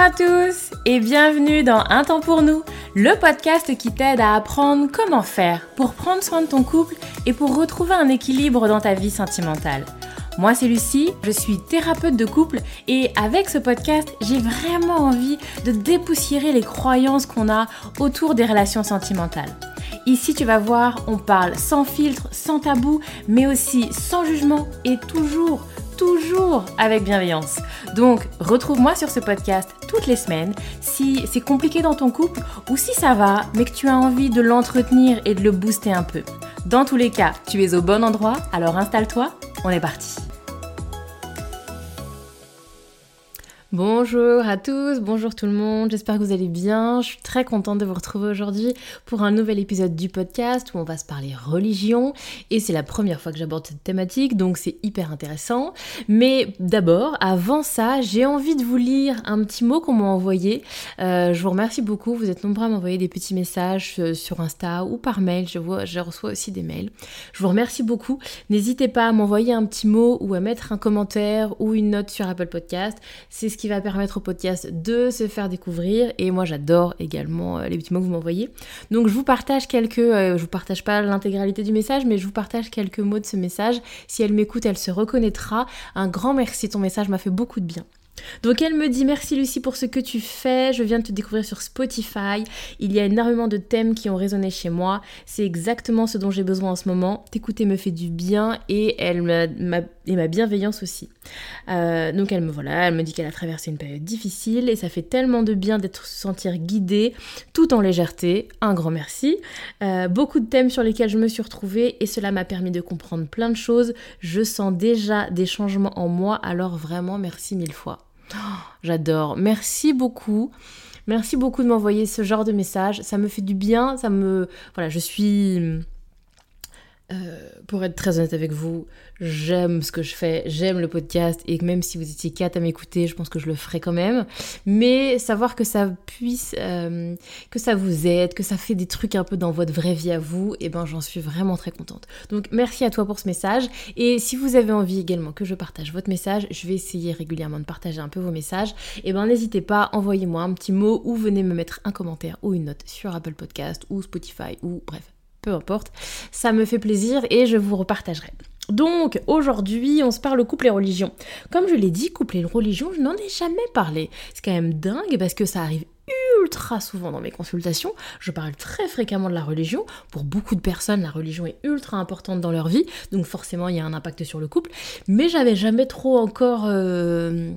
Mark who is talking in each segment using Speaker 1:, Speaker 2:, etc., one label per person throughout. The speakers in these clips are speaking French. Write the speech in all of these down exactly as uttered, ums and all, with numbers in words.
Speaker 1: à tous et bienvenue dans Un temps pour nous, le podcast qui t'aide à apprendre comment faire pour prendre soin de ton couple et pour retrouver un équilibre dans ta vie sentimentale. Moi c'est Lucie, je suis thérapeute de couple et avec ce podcast, j'ai vraiment envie de dépoussiérer les croyances qu'on a autour des relations sentimentales. Ici tu vas voir, on parle sans filtre, sans tabou, mais aussi sans jugement et toujours toujours avec bienveillance. Donc, retrouve-moi sur ce podcast toutes les semaines si c'est compliqué dans ton couple ou si ça va, mais que tu as envie de l'entretenir et de le booster un peu. Dans tous les cas, tu es au bon endroit, alors installe-toi, on est parti. Bonjour à tous, bonjour tout le monde, j'espère que vous allez bien. Je suis très contente de vous retrouver aujourd'hui pour un nouvel épisode du podcast où on va se parler religion et c'est la première fois que j'aborde cette thématique donc c'est hyper intéressant. Mais d'abord, avant ça, j'ai envie de vous lire un petit mot qu'on m'a envoyé. Euh, je vous remercie beaucoup, vous êtes nombreux à m'envoyer des petits messages sur Insta ou par mail, je, vois, je reçois aussi des mails. Je vous remercie beaucoup, n'hésitez pas à m'envoyer un petit mot ou à mettre un commentaire ou une note sur Apple Podcast, c'est ce qui va permettre au podcast de se faire découvrir et moi j'adore également les petits mots que vous m'envoyez. Donc je vous partage quelques, euh, je vous partage pas l'intégralité du message mais je vous partage quelques mots de ce message. Si elle m'écoute, elle se reconnaîtra. Un grand merci, ton message m'a fait beaucoup de bien. Donc elle me dit « Merci Lucie pour ce que tu fais, je viens de te découvrir sur Spotify, il y a énormément de thèmes qui ont résonné chez moi, c'est exactement ce dont j'ai besoin en ce moment, t'écouter me fait du bien et elle m'a, ma, et ma bienveillance aussi. Euh, » Donc elle me voilà, elle me dit qu'elle a traversé une période difficile et ça fait tellement de bien d'être se sentir guidée tout en légèreté, un grand merci. Euh, beaucoup de thèmes sur lesquels je me suis retrouvée et cela m'a permis de comprendre plein de choses, je sens déjà des changements en moi, alors vraiment merci mille fois. Oh, j'adore, merci beaucoup, merci beaucoup de m'envoyer ce genre de message, ça me fait du bien, ça me... Voilà, je suis... Euh, pour être très honnête avec vous, j'aime ce que je fais, j'aime le podcast et même si vous étiez quatre à m'écouter, je pense que je le ferai quand même. Mais savoir que ça puisse, euh, que ça vous aide, que ça fait des trucs un peu dans votre vraie vie à vous, et ben j'en suis vraiment très contente. Donc merci à toi pour ce message et si vous avez envie également que je partage votre message, je vais essayer régulièrement de partager un peu vos messages. Et ben n'hésitez pas, envoyez-moi un petit mot ou venez me mettre un commentaire ou une note sur Apple Podcast ou Spotify ou bref. Peu importe, ça me fait plaisir et je vous repartagerai. Donc aujourd'hui, on se parle couple et religion. Comme je l'ai dit, couple et religion, je n'en ai jamais parlé. C'est quand même dingue parce que ça arrive ultra souvent dans mes consultations. Je parle très fréquemment de la religion. Pour beaucoup de personnes, la religion est ultra importante dans leur vie, donc forcément il y a un impact sur le couple. Mais j'avais jamais trop encore... Euh...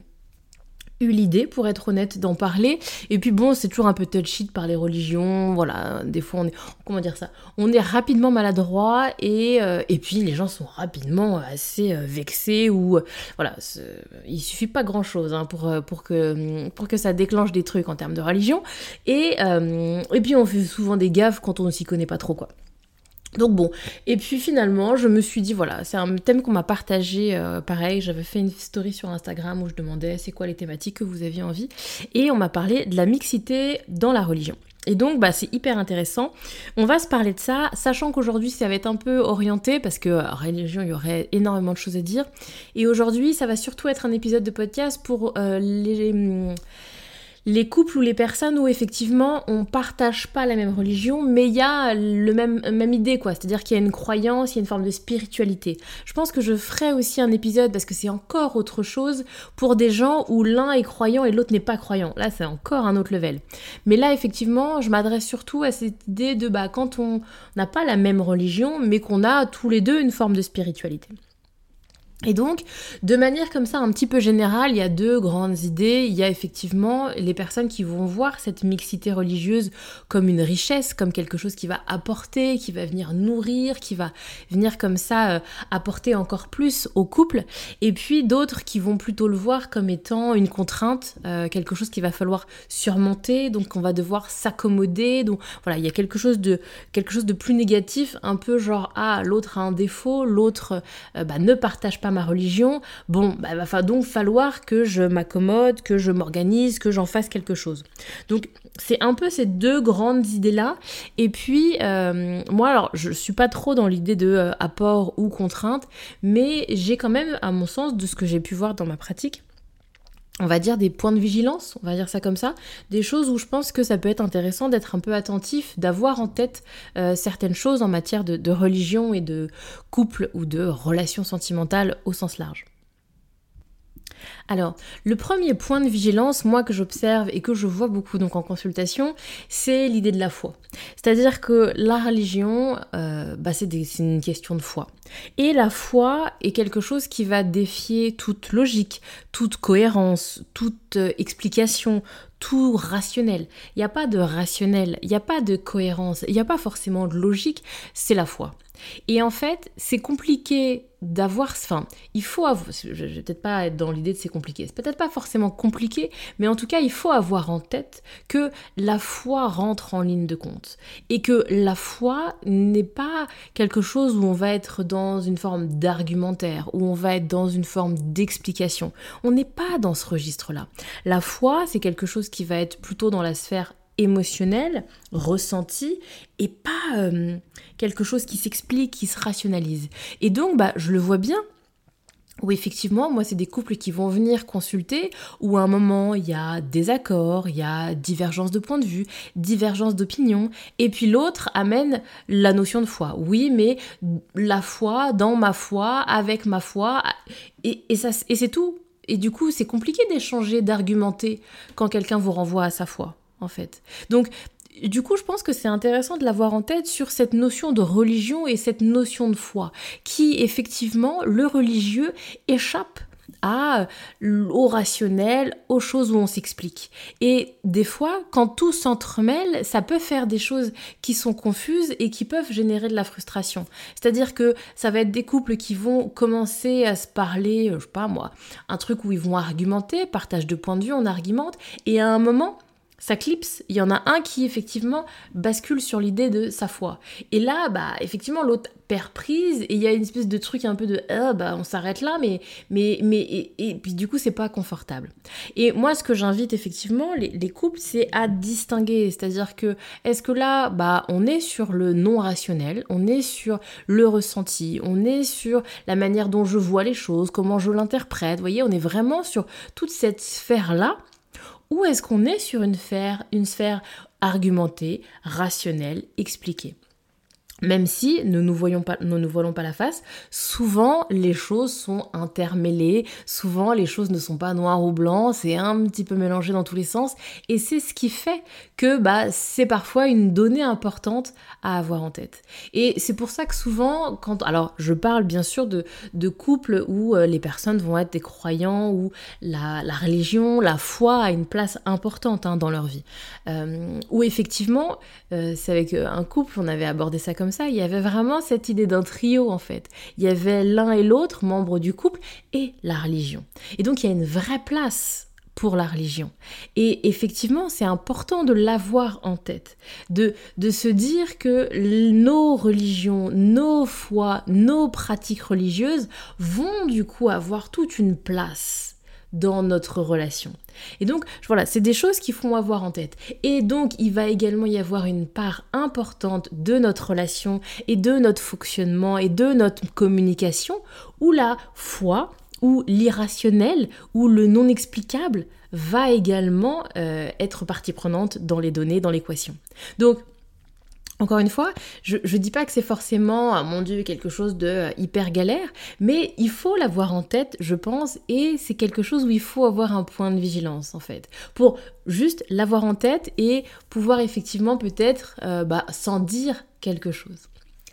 Speaker 1: eu l'idée, pour être honnête, d'en parler. Et puis bon, c'est toujours un peu touchy de parler religion, voilà, des fois on est, comment dire ça, on est rapidement maladroit et, euh, et puis les gens sont rapidement assez euh, vexés ou, euh, voilà, il suffit pas grand chose hein, pour, pour, que, pour que ça déclenche des trucs en termes de religion. Et, euh, et puis on fait souvent des gaffes quand on s'y connaît pas trop, quoi. Donc bon, et puis finalement, je me suis dit, voilà, c'est un thème qu'on m'a partagé, euh, pareil, j'avais fait une story sur Instagram où je demandais c'est quoi les thématiques que vous aviez envie, et on m'a parlé de la mixité dans la religion. Et donc, bah, c'est hyper intéressant. On va se parler de ça, sachant qu'aujourd'hui, ça va être un peu orienté, parce que euh, religion, il y aurait énormément de choses à dire, et aujourd'hui, ça va surtout être un épisode de podcast pour euh, les... Hum, les couples ou les personnes où effectivement on partage pas la même religion mais il y a le même même idée quoi, c'est-à-dire qu'il y a une croyance, il y a une forme de spiritualité. Je pense que je ferai aussi un épisode parce que c'est encore autre chose pour des gens où l'un est croyant et l'autre n'est pas croyant. Là c'est encore un autre level. Mais là effectivement je m'adresse surtout à cette idée de bah quand on n'a pas la même religion mais qu'on a tous les deux une forme de spiritualité. Et donc, de manière comme ça un petit peu générale, il y a deux grandes idées. Il y a effectivement les personnes qui vont voir cette mixité religieuse comme une richesse, comme quelque chose qui va apporter, qui va venir nourrir, qui va venir comme ça euh, apporter encore plus au couple. Et puis d'autres qui vont plutôt le voir comme étant une contrainte, euh, quelque chose qu'il va falloir surmonter, donc on va devoir s'accommoder. Donc voilà, il y a quelque chose de, quelque chose de plus négatif, un peu genre « Ah, l'autre a un défaut, l'autre euh, bah, ne partage pas ma religion, bon, bah, va donc falloir que je m'accommode, que je m'organise, que j'en fasse quelque chose. » Donc, c'est un peu ces deux grandes idées-là. Et puis, euh, moi, alors, je suis pas trop dans l'idée de euh, apport ou contrainte, mais j'ai quand même, à mon sens, de ce que j'ai pu voir dans ma pratique, on va dire des points de vigilance, on va dire ça comme ça, des choses où je pense que ça peut être intéressant d'être un peu attentif, d'avoir en tête euh, certaines choses en matière de, de religion et de couple ou de relations sentimentales au sens large. Alors, le premier point de vigilance, moi, que j'observe et que je vois beaucoup donc en consultation, c'est l'idée de la foi. C'est-à-dire que la religion, euh, bah, c'est, des, c'est une question de foi. Et la foi est quelque chose qui va défier toute logique, toute cohérence, toute euh, explication, tout rationnel. Il n'y a pas de rationnel, il n'y a pas de cohérence, il n'y a pas forcément de logique, c'est la foi. Et en fait, c'est compliqué d'avoir... Enfin, il faut avoir... Je ne vais peut-être pas être dans l'idée de c'est compliqué. C'est peut-être pas forcément compliqué, mais en tout cas, il faut avoir en tête que la foi rentre en ligne de compte. Et que la foi n'est pas quelque chose où on va être dans une forme d'argumentaire, où on va être dans une forme d'explication. On n'est pas dans ce registre-là. La foi, c'est quelque chose qui va être plutôt dans la sphère émotionnel, ressenti, et pas euh, quelque chose qui s'explique, qui se rationalise. Et donc, bah, je le vois bien, où effectivement, moi, c'est des couples qui vont venir consulter, où à un moment, il y a désaccord, il y a divergence de point de vue, divergence d'opinion, et puis l'autre amène la notion de foi. Oui, mais la foi, dans ma foi, avec ma foi, et, et, ça, et c'est tout. Et du coup, c'est compliqué d'échanger, d'argumenter quand quelqu'un vous renvoie à sa foi, en fait. Donc, du coup, je pense que c'est intéressant de l'avoir en tête sur cette notion de religion et cette notion de foi, qui, effectivement, le religieux échappe à, au rationnel, aux choses où on s'explique. Et des fois, quand tout s'entremêle, ça peut faire des choses qui sont confuses et qui peuvent générer de la frustration. C'est-à-dire que ça va être des couples qui vont commencer à se parler, je sais pas moi, un truc où ils vont argumenter, partage de points de vue, on argumente, et à un moment, ça clipse, il y en a un qui effectivement bascule sur l'idée de sa foi. Et là, bah effectivement, l'autre perd prise et il y a une espèce de truc un peu de ah, bah on s'arrête là, mais mais mais et, et puis du coup c'est pas confortable. Et moi, ce que j'invite effectivement les, les couples, c'est à distinguer, c'est-à-dire que est-ce que là, bah on est sur le non rationnel, on est sur le ressenti, on est sur la manière dont je vois les choses, comment je l'interprète. Vous voyez, on est vraiment sur toute cette sphère là. Ou est-ce qu'on est sur une sphère, une sphère argumentée, rationnelle, expliquée ? Même si, ne nous, voyons pas, ne nous voilons pas la face, souvent les choses sont intermêlées, souvent les choses ne sont pas noires ou blancs, c'est un petit peu mélangé dans tous les sens, et c'est ce qui fait que bah, c'est parfois une donnée importante à avoir en tête. Et c'est pour ça que souvent, quand, alors je parle bien sûr de, de couples où euh, les personnes vont être des croyants, où la, la religion, la foi a une place importante hein, dans leur vie, euh, où effectivement, euh, c'est avec un couple, on avait abordé ça comme ça, il y avait vraiment cette idée d'un trio en fait. Il y avait l'un et l'autre, membres du couple, et la religion. Et donc il y a une vraie place pour la religion. Et effectivement, c'est important de l'avoir en tête, de, de se dire que nos religions, nos foi, nos pratiques religieuses vont du coup avoir toute une place dans notre relation. Et donc, voilà, c'est des choses qu'il faut avoir en tête. Et donc, il va également y avoir une part importante de notre relation et de notre fonctionnement et de notre communication où la foi, où l'irrationnel, où le non explicable va également euh, être partie prenante dans les données, dans l'équation. Donc, encore une fois, je ne dis pas que c'est forcément, oh mon Dieu, quelque chose de euh, hyper galère, mais il faut l'avoir en tête, je pense, et c'est quelque chose où il faut avoir un point de vigilance, en fait, pour juste l'avoir en tête et pouvoir effectivement peut-être euh, bah, s'en dire quelque chose.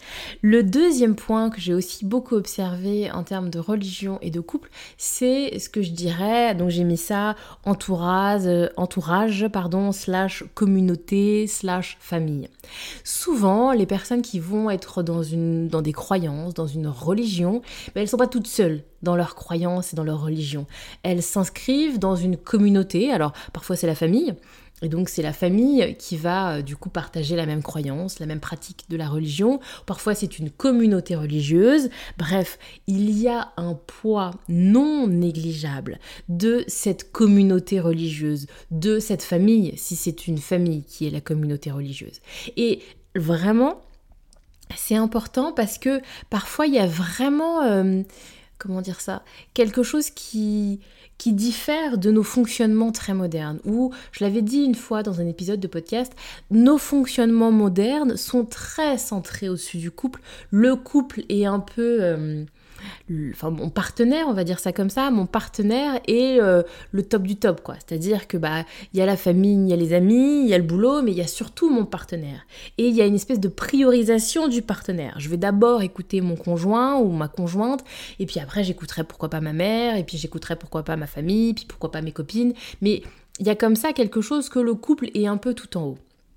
Speaker 1: Le deuxième point que j'ai aussi beaucoup observé en termes de religion et de couple, c'est ce que je dirais, donc j'ai mis ça entourage, entourage pardon, slash communauté, slash famille. Souvent, les personnes qui vont être dans, une, dans des croyances, dans une religion, ben, elles ne sont pas toutes seules dans leurs croyances et dans leur religion. Elles s'inscrivent dans une communauté, alors parfois c'est la famille, et donc c'est la famille qui va du coup partager la même croyance, la même pratique de la religion. Parfois c'est une communauté religieuse. Bref, il y a un poids non négligeable de cette communauté religieuse, de cette famille, si c'est une famille qui est la communauté religieuse. Et vraiment, c'est important parce que parfois il y a vraiment... Euh, comment dire ça, quelque chose qui, qui diffère de nos fonctionnements très modernes. Ou, je l'avais dit une fois dans un épisode de podcast, nos fonctionnements modernes sont très centrés au-dessus du couple. Le couple est un peu... Euh, enfin mon partenaire, on va dire ça comme ça, mon partenaire est euh, le top du top, quoi. C'est-à-dire que bah il y a la famille, il y a les amis, il y a le boulot, mais il y a surtout mon partenaire. Et il y a une espèce de priorisation du partenaire. Je vais d'abord écouter mon conjoint ou ma conjointe, et puis après j'écouterai pourquoi pas ma mère, et puis j'écouterai pourquoi pas ma famille, puis pourquoi pas mes copines. Mais il y a comme ça quelque chose que le couple est un peu tout en haut.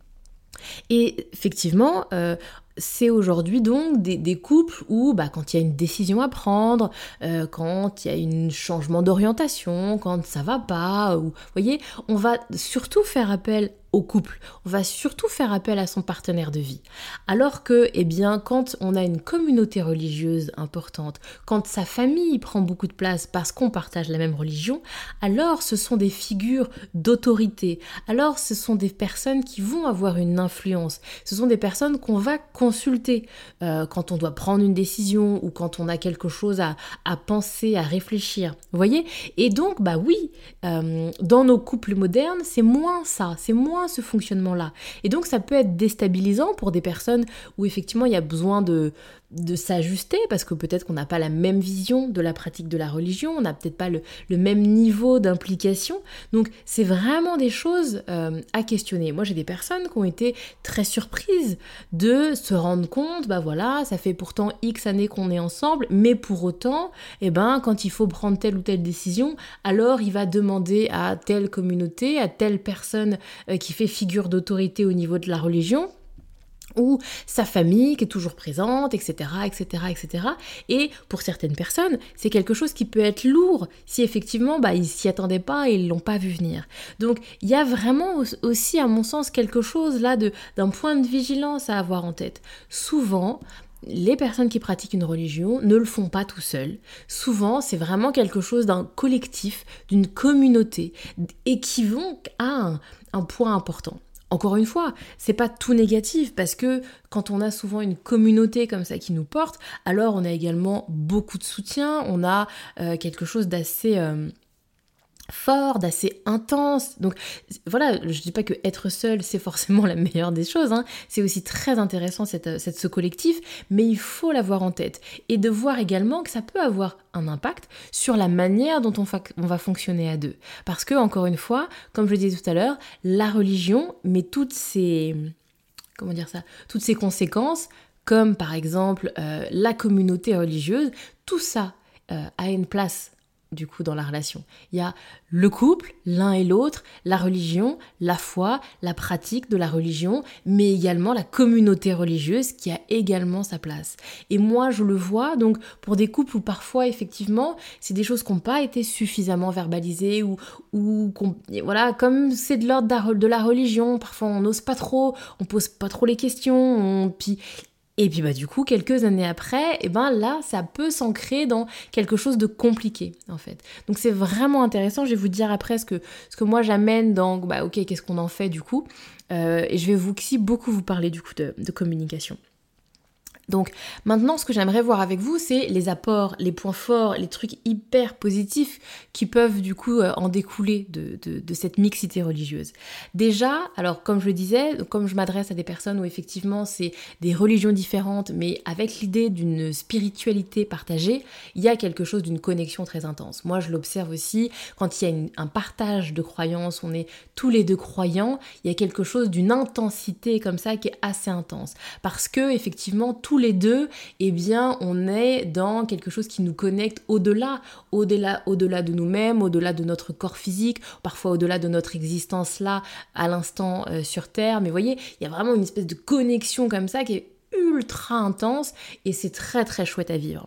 Speaker 1: Et effectivement, euh, c'est aujourd'hui donc des, des couples où bah, quand il y a une décision à prendre, euh, quand il y a un changement d'orientation, quand ça va pas, ou, vous voyez, on va surtout faire appel au couple, on va surtout faire appel à son partenaire de vie. Alors que, eh bien, quand on a une communauté religieuse importante, quand sa famille prend beaucoup de place parce qu'on partage la même religion, alors ce sont des figures d'autorité, alors ce sont des personnes qui vont avoir une influence, ce sont des personnes qu'on va consulter euh, quand on doit prendre une décision ou quand on a quelque chose à, à penser, à réfléchir, vous voyez ? Et donc, bah oui, euh, dans nos couples modernes, c'est moins ça, c'est moins ce fonctionnement-là. Et donc, ça peut être déstabilisant pour des personnes où effectivement, il y a besoin de, de s'ajuster parce que peut-être qu'on n'a pas la même vision de la pratique de la religion, on n'a peut-être pas le, le même niveau d'implication. Donc, c'est vraiment des choses euh, à questionner. Moi, j'ai des personnes qui ont été très surprises de se rendre compte, bah voilà, ça fait pourtant X années qu'on est ensemble, mais pour autant, eh ben, quand il faut prendre telle ou telle décision, alors il va demander à telle communauté, à telle personne euh, qui fait figure d'autorité au niveau de la religion, ou sa famille qui est toujours présente, et cetera, et cetera, et cetera. Et pour certaines personnes, c'est quelque chose qui peut être lourd si effectivement bah, ils s'y attendaient pas et ils l'ont pas vu venir. Donc il y a vraiment aussi, à mon sens, quelque chose là de, d'un point de vigilance à avoir en tête. Souvent, les personnes qui pratiquent une religion ne le font pas tout seuls. Souvent, c'est vraiment quelque chose d'un collectif, d'une communauté, et qui vont à un, un point important. Encore une fois, c'est pas tout négatif parce que quand on a souvent une communauté comme ça qui nous porte, alors on a également beaucoup de soutien, on a euh, quelque chose d'assez euh, fort, d'assez intense. Donc voilà, je dis pas que être seul c'est forcément la meilleure des choses, hein. C'est aussi très intéressant cette, cette, ce collectif, mais il faut l'avoir en tête et de voir également que ça peut avoir un impact sur la manière dont on, fa- on va fonctionner à deux. Parce que, encore une fois, comme je le disais tout à l'heure, la religion, mais toutes ces, comment dire ça, toutes ces conséquences, comme par exemple euh, la communauté religieuse, tout ça euh, a une place du coup dans la relation. Il y a le couple, l'un et l'autre, la religion, la foi, la pratique de la religion, mais également la communauté religieuse qui a également sa place. Et moi, je le vois, donc pour des couples où parfois, effectivement, c'est des choses qui n'ont pas été suffisamment verbalisées ou, ou voilà, comme c'est de l'ordre de la religion, parfois on n'ose pas trop, on pose pas trop les questions, on, puis Et puis bah du coup, quelques années après, et ben là, ça peut s'ancrer dans quelque chose de compliqué, en fait. Donc c'est vraiment intéressant, je vais vous dire après ce que, ce que moi j'amène dans, bah ok, qu'est-ce qu'on en fait du coup, euh, et je vais vous aussi beaucoup vous parler du coup de, de communication. Donc maintenant, ce que j'aimerais voir avec vous, c'est les apports, les points forts, les trucs hyper positifs qui peuvent du coup euh, en découler de, de, de cette mixité religieuse. Déjà, alors comme je le disais, comme je m'adresse à des personnes où effectivement c'est des religions différentes, mais avec l'idée d'une spiritualité partagée, il y a quelque chose d'une connexion très intense. Moi, je l'observe aussi quand il y a une, un partage de croyances, on est tous les deux croyants, il y a quelque chose d'une intensité comme ça qui est assez intense. Parce que effectivement, tous les deux, eh bien, on est dans quelque chose qui nous connecte au-delà, au-delà, au-delà de nous-mêmes, au-delà de notre corps physique, parfois au-delà de notre existence là, à l'instant euh, sur Terre. Mais vous voyez, il y a vraiment une espèce de connexion comme ça qui est ultra intense et c'est très très chouette à vivre.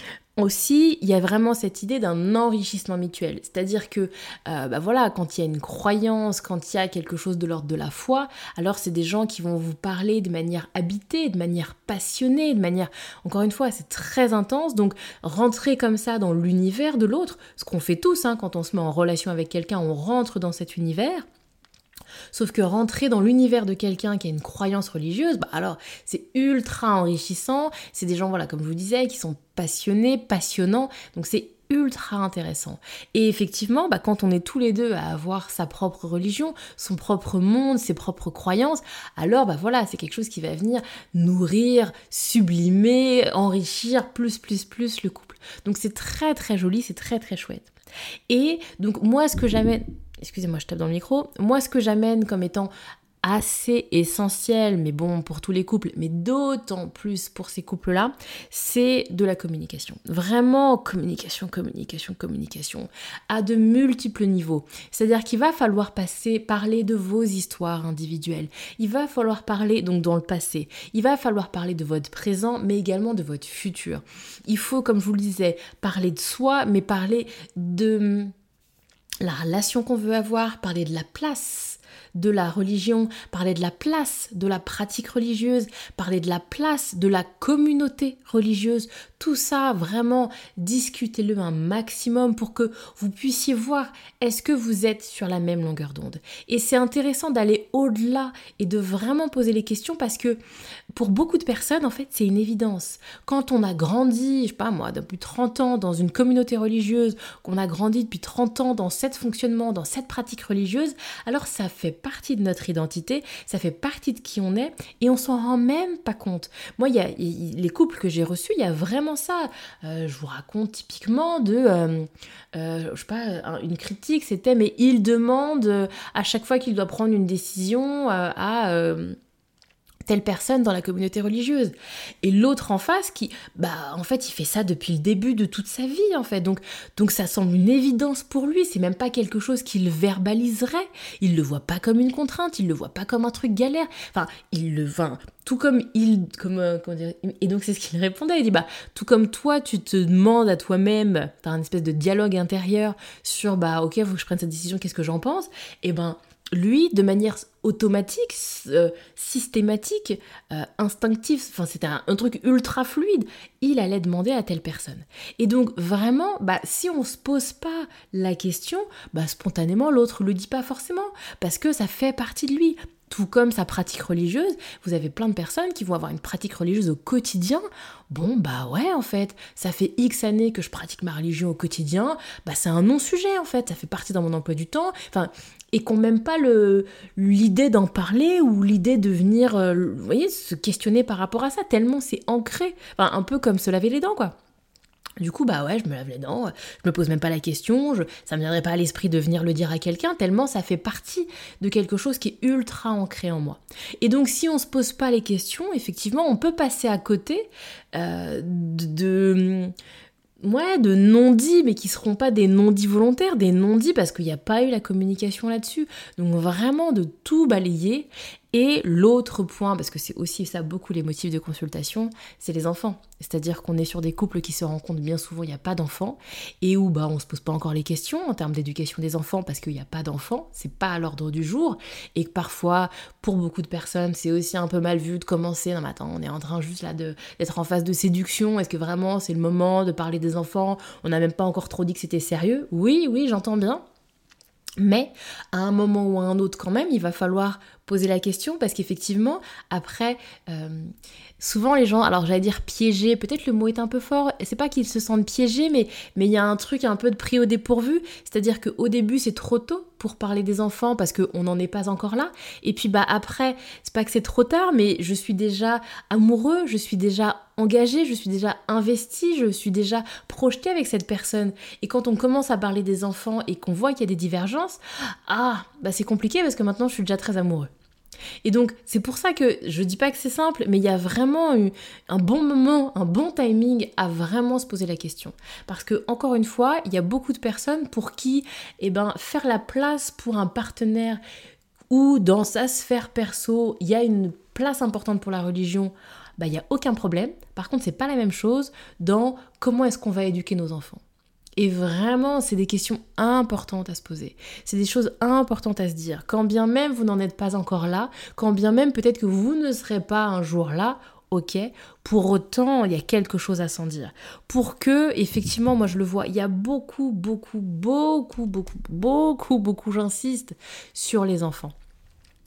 Speaker 1: Aussi, il y a vraiment cette idée d'un enrichissement mutuel, c'est-à-dire que euh, bah voilà, quand il y a une croyance, quand il y a quelque chose de l'ordre de la foi, alors c'est des gens qui vont vous parler de manière habitée, de manière passionnée, de manière, encore une fois, c'est très intense, donc rentrer comme ça dans l'univers de l'autre, ce qu'on fait tous, hein, quand on se met en relation avec quelqu'un, on rentre dans cet univers. Sauf que rentrer dans l'univers de quelqu'un qui a une croyance religieuse, bah alors c'est ultra enrichissant, c'est des gens, voilà, comme je vous disais, qui sont passionnés, passionnants, donc c'est ultra intéressant. Et effectivement, bah, quand on est tous les deux à avoir sa propre religion, son propre monde, ses propres croyances, alors bah voilà, c'est quelque chose qui va venir nourrir, sublimer, enrichir plus, plus, plus le couple. Donc c'est très très joli, c'est très très chouette. Et donc moi, ce que j'amène, excusez-moi, je tape dans le micro, moi ce que j'amène comme étant assez essentiel, mais bon, pour tous les couples, mais d'autant plus pour ces couples-là, c'est de la communication. Vraiment, communication, communication, communication, à de multiples niveaux. C'est-à-dire qu'il va falloir passer, parler de vos histoires individuelles. Il va falloir parler, donc dans le passé, il va falloir parler de votre présent, mais également de votre futur. Il faut, comme je vous le disais, parler de soi, mais parler de la relation qu'on veut avoir, parler de la place de la religion, parler de la place de la pratique religieuse, parler de la place de la communauté religieuse, tout ça, vraiment, discutez-le un maximum pour que vous puissiez voir est-ce que vous êtes sur la même longueur d'onde. Et c'est intéressant d'aller au-delà et de vraiment poser les questions parce que pour beaucoup de personnes, en fait, c'est une évidence. Quand on a grandi, je sais pas moi, depuis trente ans dans une communauté religieuse, qu'on a grandi depuis trente ans dans cet fonctionnement, dans cette pratique religieuse, alors ça fait partie de notre identité, ça fait partie de qui on est et on s'en rend même pas compte. Moi, il y a, y, les couples que j'ai reçus, il y a vraiment ça. Euh, je vous raconte typiquement de, euh, euh, je sais pas, une critique, c'était mais il demande euh, à chaque fois qu'il doit prendre une décision euh, à... Euh, telle personne dans la communauté religieuse. Et l'autre en face qui, bah, en fait, il fait ça depuis le début de toute sa vie, en fait. Donc, donc ça semble une évidence pour lui. C'est même pas quelque chose qu'il verbaliserait. Il le voit pas comme une contrainte. Il le voit pas comme un truc galère. Enfin, il le, enfin, tout comme il, comme, euh, comment dire, et donc c'est ce qu'il répondait. Il dit, bah, tout comme toi, tu te demandes à toi-même, t'as un espèce de dialogue intérieur sur, bah, ok, faut que je prenne cette décision, qu'est-ce que j'en pense? Et ben, lui, de manière automatique, euh, systématique, euh, instinctive, enfin c'était un, un truc ultra fluide, il allait demander à telle personne. Et donc vraiment, bah, si on se pose pas la question, bah, spontanément l'autre le dit pas forcément, parce que ça fait partie de lui. Tout comme sa pratique religieuse, vous avez plein de personnes qui vont avoir une pratique religieuse au quotidien. Bon, bah ouais, en fait, ça fait X années que je pratique ma religion au quotidien, bah c'est un non-sujet, en fait, ça fait partie dans mon emploi du temps, enfin, et qu'on n'aime pas le, l'idée d'en parler ou l'idée de venir, euh, vous voyez, se questionner par rapport à ça, tellement c'est ancré, enfin, un peu comme se laver les dents, quoi. Du coup, bah ouais, je me lave les dents, je me pose même pas la question, je, ça me viendrait pas à l'esprit de venir le dire à quelqu'un, tellement ça fait partie de quelque chose qui est ultra ancré en moi. Et donc, si on se pose pas les questions, effectivement, on peut passer à côté euh, de... de Ouais, de non-dits, mais qui seront pas des non-dits volontaires, des non-dits parce qu'il n'y a pas eu la communication là-dessus. Donc vraiment de tout balayer. Et l'autre point, parce que c'est aussi ça beaucoup les motifs de consultation, c'est les enfants. C'est-à-dire qu'on est sur des couples qui se rencontrent bien souvent, il n'y a pas d'enfants, et où bah, on ne se pose pas encore les questions en termes d'éducation des enfants parce qu'il n'y a pas d'enfants, c'est pas à l'ordre du jour, et que parfois, pour beaucoup de personnes, c'est aussi un peu mal vu de commencer, non mais attends, on est en train juste là de, d'être en phase de séduction, est-ce que vraiment c'est le moment de parler des enfants, on n'a même pas encore trop dit que c'était sérieux? Oui, oui, j'entends bien. Mais à un moment ou à un autre quand même, il va falloir poser la question parce qu'effectivement, après, euh, souvent les gens, alors j'allais dire piégés, peut-être le mot est un peu fort, c'est pas qu'ils se sentent piégés, mais mais il y a un truc un peu de pris au dépourvu, c'est-à-dire qu'au début c'est trop tôt pour parler des enfants parce qu'on n'en est pas encore là, et puis bah après, c'est pas que c'est trop tard, mais je suis déjà amoureux, je suis déjà engagée, je suis déjà investie, je suis déjà projetée avec cette personne, et quand on commence à parler des enfants et qu'on voit qu'il y a des divergences, ah, bah c'est compliqué parce que maintenant je suis déjà très amoureux. Et donc, c'est pour ça que je dis pas que c'est simple, mais il y a vraiment eu un bon moment, un bon timing à vraiment se poser la question. Parce que, encore une fois, il y a beaucoup de personnes pour qui, eh ben, faire la place pour un partenaire ou dans sa sphère perso, il y a une place importante pour la religion, bah, il n'y a aucun problème. Par contre, c'est pas la même chose dans comment est-ce qu'on va éduquer nos enfants. Et vraiment, c'est des questions importantes à se poser. C'est des choses importantes à se dire. Quand bien même vous n'en êtes pas encore là, quand bien même peut-être que vous ne serez pas un jour là, ok, pour autant, il y a quelque chose à s'en dire. Pour que, effectivement, moi je le vois, il y a beaucoup, beaucoup, beaucoup, beaucoup, beaucoup, beaucoup, j'insiste, sur les enfants.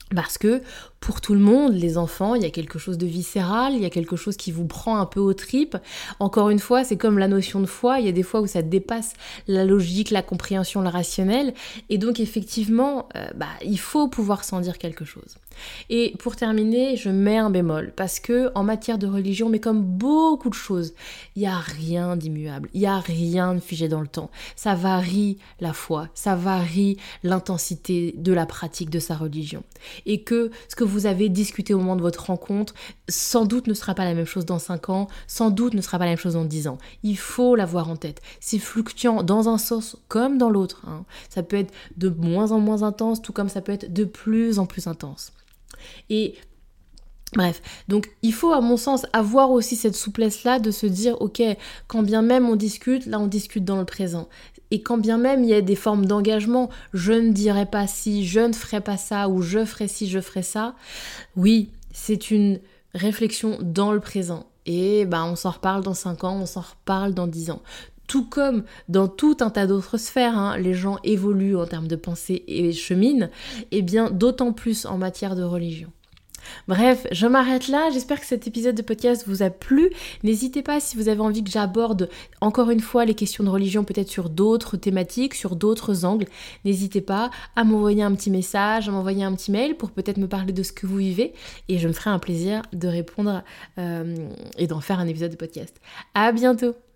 Speaker 1: Parce que pour tout le monde, les enfants, il y a quelque chose de viscéral, il y a quelque chose qui vous prend un peu aux tripes. Encore une fois, c'est comme la notion de foi, il y a des fois où ça dépasse la logique, la compréhension, le rationnel. Et donc effectivement, euh, bah, il faut pouvoir s'en dire quelque chose. Et pour terminer, je mets un bémol, parce que en matière de religion, mais comme beaucoup de choses, il n'y a rien d'immuable, il n'y a rien de figé dans le temps. Ça varie la foi, ça varie l'intensité de la pratique de sa religion. Et que ce que vous avez discuté au moment de votre rencontre, sans doute ne sera pas la même chose dans cinq ans, sans doute ne sera pas la même chose dans dix ans. Il faut l'avoir en tête. C'est fluctuant dans un sens comme dans l'autre, hein. Ça peut être de moins en moins intense, tout comme ça peut être de plus en plus intense. Et bref, donc il faut à mon sens avoir aussi cette souplesse-là de se dire ok, quand bien même on discute, là on discute dans le présent. Et quand bien même il y a des formes d'engagement, je ne dirais pas si, je ne ferai pas ça, ou je ferai ci, je ferai ça. Oui, c'est une réflexion dans le présent. Et bah, on s'en reparle dans cinq ans, on s'en reparle dans dix ans. Tout comme dans tout un tas d'autres sphères, hein, les gens évoluent en termes de pensée et cheminent, et bien d'autant plus en matière de religion. Bref, je m'arrête là, j'espère que cet épisode de podcast vous a plu. N'hésitez pas si vous avez envie que j'aborde encore une fois les questions de religion peut-être sur d'autres thématiques, sur d'autres angles. N'hésitez pas à m'envoyer un petit message, à m'envoyer un petit mail pour peut-être me parler de ce que vous vivez et je me ferai un plaisir de répondre euh, et d'en faire un épisode de podcast. À bientôt!